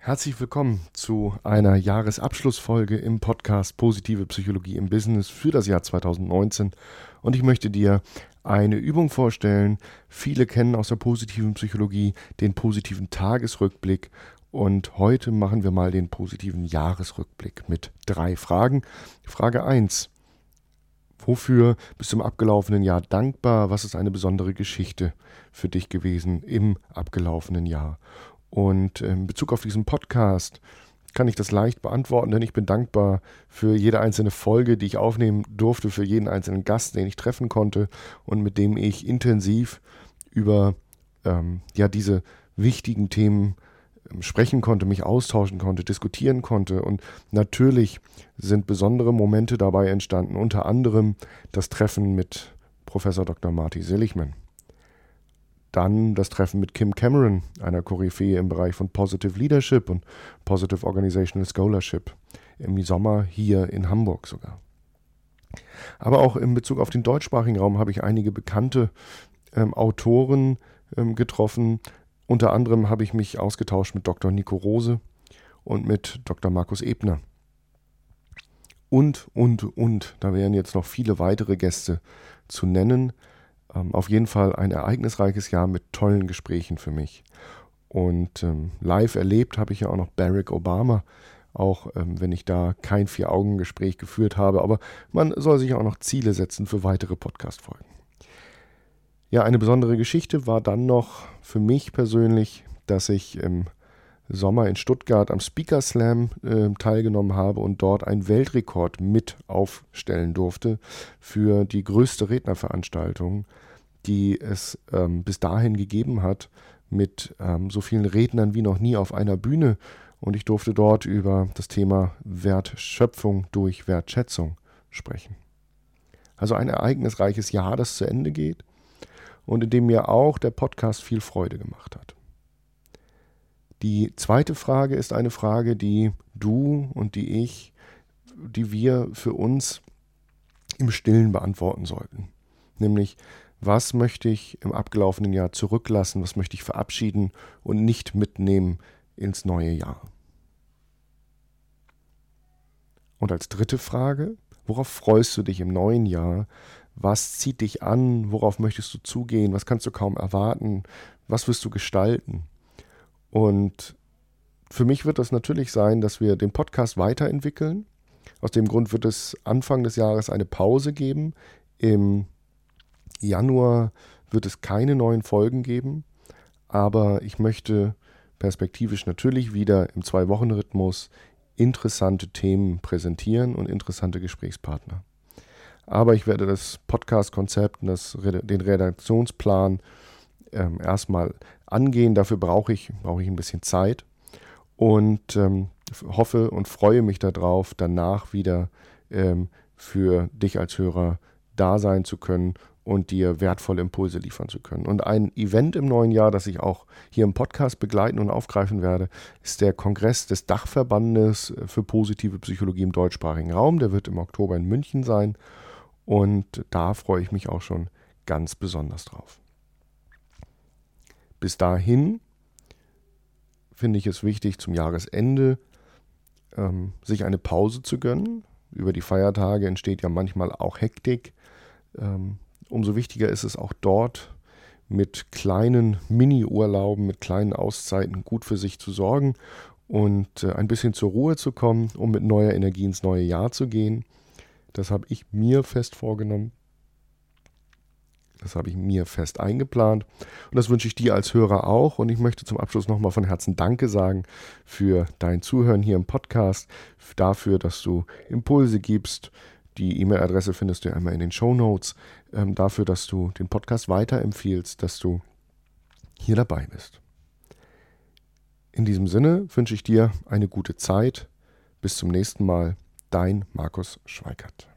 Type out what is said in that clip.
Herzlich willkommen zu einer Jahresabschlussfolge im Podcast Positive Psychologie im Business für das Jahr 2019. Und ich möchte dir eine Übung vorstellen. Viele kennen aus der positiven Psychologie den positiven Tagesrückblick. Und heute machen wir mal den positiven Jahresrückblick mit 3 Fragen. Frage 1. Wofür bist du im abgelaufenen Jahr dankbar? Was ist eine besondere Geschichte für dich gewesen im abgelaufenen Jahr? Und in Bezug auf diesen Podcast kann ich das leicht beantworten, denn ich bin dankbar für jede einzelne Folge, die ich aufnehmen durfte, für jeden einzelnen Gast, den ich treffen konnte und mit dem ich intensiv über diese wichtigen Themen sprechen konnte, mich austauschen konnte, diskutieren konnte. Und natürlich sind besondere Momente dabei entstanden, unter anderem das Treffen mit Professor Dr. Marty Seligman. Dann das Treffen mit Kim Cameron, einer Koryphäe im Bereich von Positive Leadership und Positive Organizational Scholarship, im Sommer hier in Hamburg sogar. Aber auch in Bezug auf den deutschsprachigen Raum habe ich einige bekannte Autoren getroffen. Unter anderem habe ich mich ausgetauscht mit Dr. Nico Rose und mit Dr. Markus Ebner. Und. Da wären jetzt noch viele weitere Gäste zu nennen. Auf jeden Fall ein ereignisreiches Jahr mit tollen Gesprächen für mich. Und live erlebt habe ich ja auch noch Barack Obama, auch wenn ich da kein 4-Augen-Gespräch geführt habe. Aber man soll sich auch noch Ziele setzen für weitere Podcast-Folgen. Ja, eine besondere Geschichte war dann noch für mich persönlich, dass ich im Sommer in Stuttgart am Speaker Slam teilgenommen habe und dort einen Weltrekord mit aufstellen durfte für die größte Rednerveranstaltung, die es bis dahin gegeben hat, mit so vielen Rednern wie noch nie auf einer Bühne. Und ich durfte dort über das Thema Wertschöpfung durch Wertschätzung sprechen. Also ein ereignisreiches Jahr, das zu Ende geht und in dem mir auch der Podcast viel Freude gemacht hat. Die zweite Frage ist eine Frage, die du und die wir für uns im Stillen beantworten sollten. Nämlich, was möchte ich im abgelaufenen Jahr zurücklassen, was möchte ich verabschieden und nicht mitnehmen ins neue Jahr? Und als dritte Frage, worauf freust du dich im neuen Jahr? Was zieht dich an? Worauf möchtest du zugehen? Was kannst du kaum erwarten? Was wirst du gestalten? Und für mich wird das natürlich sein, dass wir den Podcast weiterentwickeln. Aus dem Grund wird es Anfang des Jahres eine Pause geben. Im Januar wird es keine neuen Folgen geben. Aber ich möchte perspektivisch natürlich wieder im 2-Wochen-Rhythmus interessante Themen präsentieren und interessante Gesprächspartner. Aber ich werde das Podcast-Konzept und den Redaktionsplan erstmal angehen. Dafür brauche ich ein bisschen Zeit und hoffe und freue mich darauf, danach wieder für dich als Hörer da sein zu können und dir wertvolle Impulse liefern zu können. Und ein Event im neuen Jahr, das ich auch hier im Podcast begleiten und aufgreifen werde, ist der Kongress des Dachverbandes für positive Psychologie im deutschsprachigen Raum. Der wird im Oktober in München sein und da freue ich mich auch schon ganz besonders drauf. Bis dahin finde ich es wichtig, zum Jahresende sich eine Pause zu gönnen. Über die Feiertage entsteht ja manchmal auch Hektik. Umso wichtiger ist es auch dort, mit kleinen Mini-Urlauben, mit kleinen Auszeiten gut für sich zu sorgen und ein bisschen zur Ruhe zu kommen, um mit neuer Energie ins neue Jahr zu gehen. Das habe ich mir fest vorgenommen. Das habe ich mir fest eingeplant und das wünsche ich dir als Hörer auch. Und ich möchte zum Abschluss nochmal von Herzen Danke sagen für dein Zuhören hier im Podcast, dafür, dass du Impulse gibst. Die E-Mail-Adresse findest du ja einmal in den Shownotes. Dafür, dass du den Podcast weiterempfiehlst, dass du hier dabei bist. In diesem Sinne wünsche ich dir eine gute Zeit. Bis zum nächsten Mal. Dein Markus Schweikert.